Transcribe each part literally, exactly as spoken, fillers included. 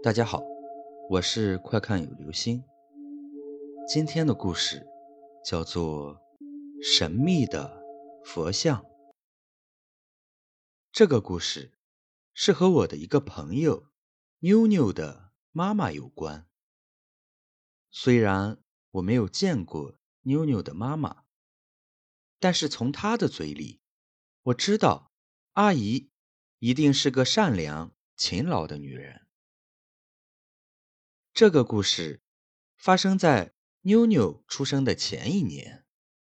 大家好，我是快看有流星。今天的故事叫做神秘的佛像。这个故事是和我的一个朋友妞妞的妈妈有关。虽然我没有见过妞妞的妈妈，但是从她的嘴里，我知道阿姨一定是个善良勤劳的女人。这个故事发生在妞妞出生的前一年。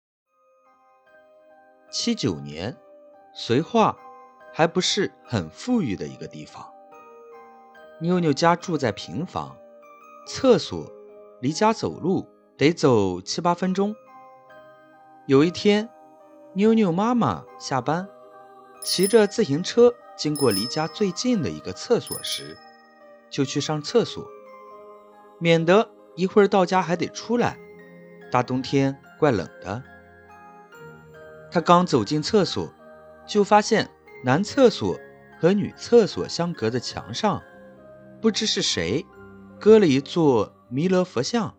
七九年，绥化还不是很富裕的一个地方。妞妞家住在平房，厕所离家走路得走七八分钟。有一天，妞妞妈妈下班，骑着自行车经过离家最近的一个厕所时，就去上厕所，免得一会儿到家还得出来，大冬天怪冷的。他刚走进厕所，就发现男厕所和女厕所相隔的墙上，不知是谁搁了一座弥勒佛像。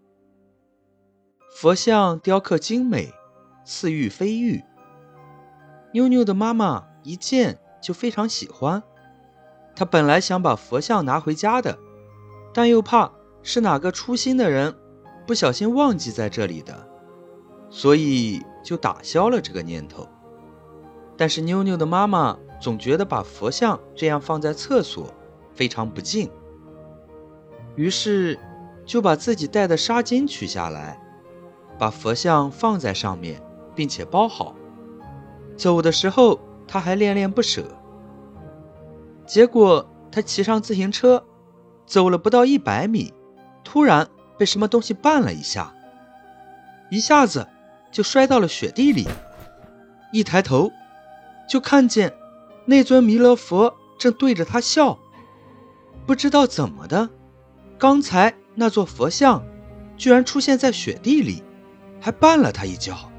佛像雕刻精美，似玉非玉。妞妞的妈妈一见就非常喜欢，她本来想把佛像拿回家的，但又怕是哪个粗心的人不小心忘记在这里的，所以就打消了这个念头。但是妞妞的妈妈总觉得把佛像这样放在厕所非常不敬，于是就把自己带的纱巾取下来，把佛像放在上面，并且包好。走的时候她还恋恋不舍。结果她骑上自行车，走了不到一百米，突然被什么东西绊了一下，一下子就摔到了雪地里。一抬头就看见那尊弥勒佛正对着他笑。不知道怎么的，刚才那座佛像居然出现在雪地里，还绊了他一跤。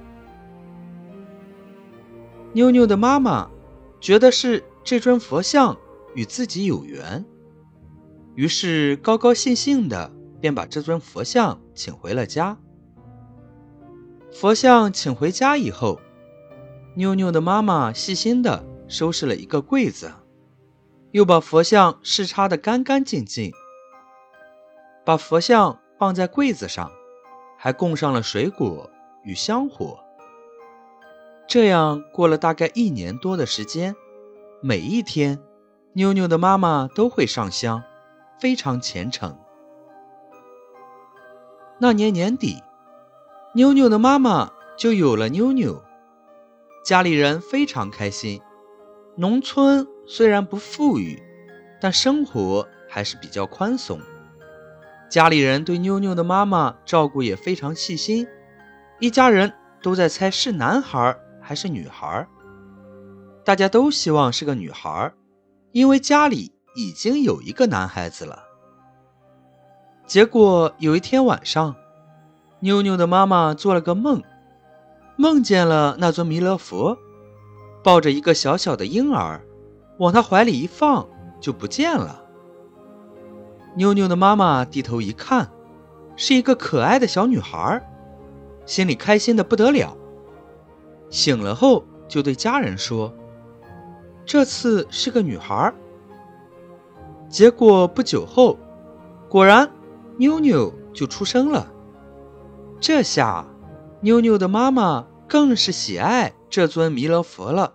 妞妞的妈妈觉得是这尊佛像与自己有缘，于是高高兴兴的便把这尊佛像请回了家。佛像请回家以后，妞妞的妈妈细心的收拾了一个柜子，又把佛像视察得干干净净。把佛像放在柜子上，还供上了水果与香火。这样过了大概一年多的时间，每一天妞妞的妈妈都会上香，非常虔诚。那年年底，妞妞的妈妈就有了妞妞，家里人非常开心。农村虽然不富裕，但生活还是比较宽松。家里人对妞妞的妈妈照顾也非常细心，一家人都在猜是男孩还是女孩。大家都希望是个女孩，因为家里已经有一个男孩子了。结果有一天晚上，妞妞的妈妈做了个梦，梦见了那尊弥勒佛抱着一个小小的婴儿，往他怀里一放就不见了。妞妞的妈妈低头一看，是一个可爱的小女孩，心里开心得不得了。醒了后就对家人说，这次是个女孩。结果不久后，果然妞妞就出生了。这下妞妞的妈妈更是喜爱这尊弥勒佛了。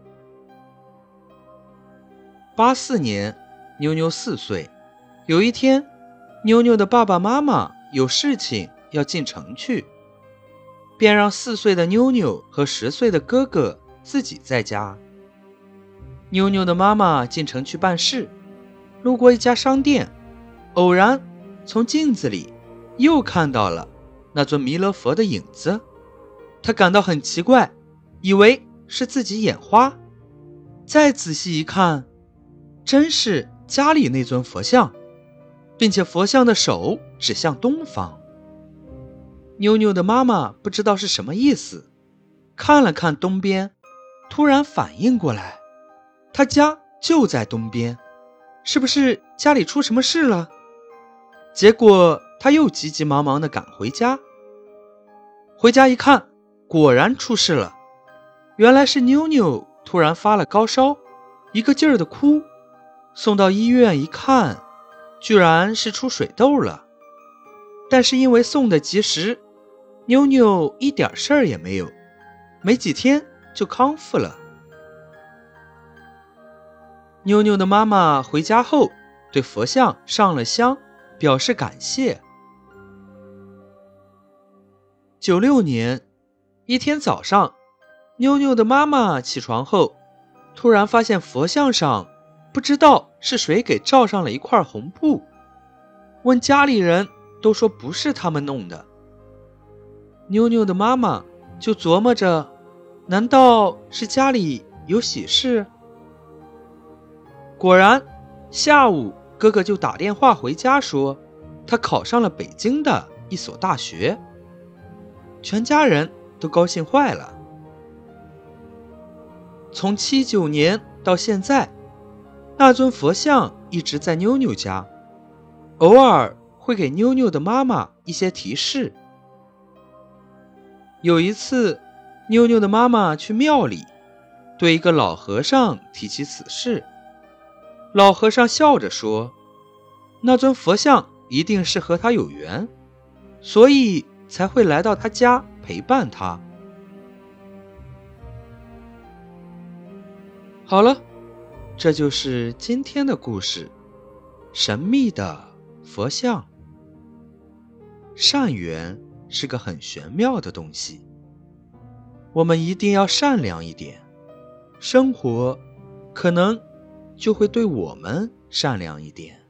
八四年，妞妞四岁。有一天，妞妞的爸爸妈妈有事情要进城去，便让四岁的妞妞和十岁的哥哥自己在家。妞妞的妈妈进城去办事，路过一家商店，偶然从镜子里又看到了那尊弥勒佛的影子。她感到很奇怪，以为是自己眼花。再仔细一看，真是家里那尊佛像，并且佛像的手指向东方。妞妞的妈妈不知道是什么意思，看了看东边，突然反应过来，她家就在东边， 是不是家里出什么事了？结果他又急急忙忙地赶回家。回家一看，果然出事了。原来是妞妞突然发了高烧，一个劲儿地哭。送到医院一看，居然是出水痘了。但是因为送得及时，妞妞一点事儿也没有，没几天就康复了。妞妞的妈妈回家后，对佛像上了香，表示感谢。九六年，一天早上，妞妞的妈妈起床后，突然发现佛像上不知道是谁给罩上了一块红布，问家里人都说不是他们弄的。妞妞的妈妈就琢磨着，难道是家里有喜事？果然，下午哥哥就打电话回家说，他考上了北京的一所大学。全家人都高兴坏了。从七九年到现在，那尊佛像一直在妞妞家，偶尔会给妞妞的妈妈一些提示。有一次，妞妞的妈妈去庙里，对一个老和尚提起此事。老和尚笑着说，那尊佛像一定是和他有缘，所以才会来到他家陪伴他。好了，这就是今天的故事，神秘的佛像。善缘是个很玄妙的东西，我们一定要善良一点，生活可能就会对我们善良一点。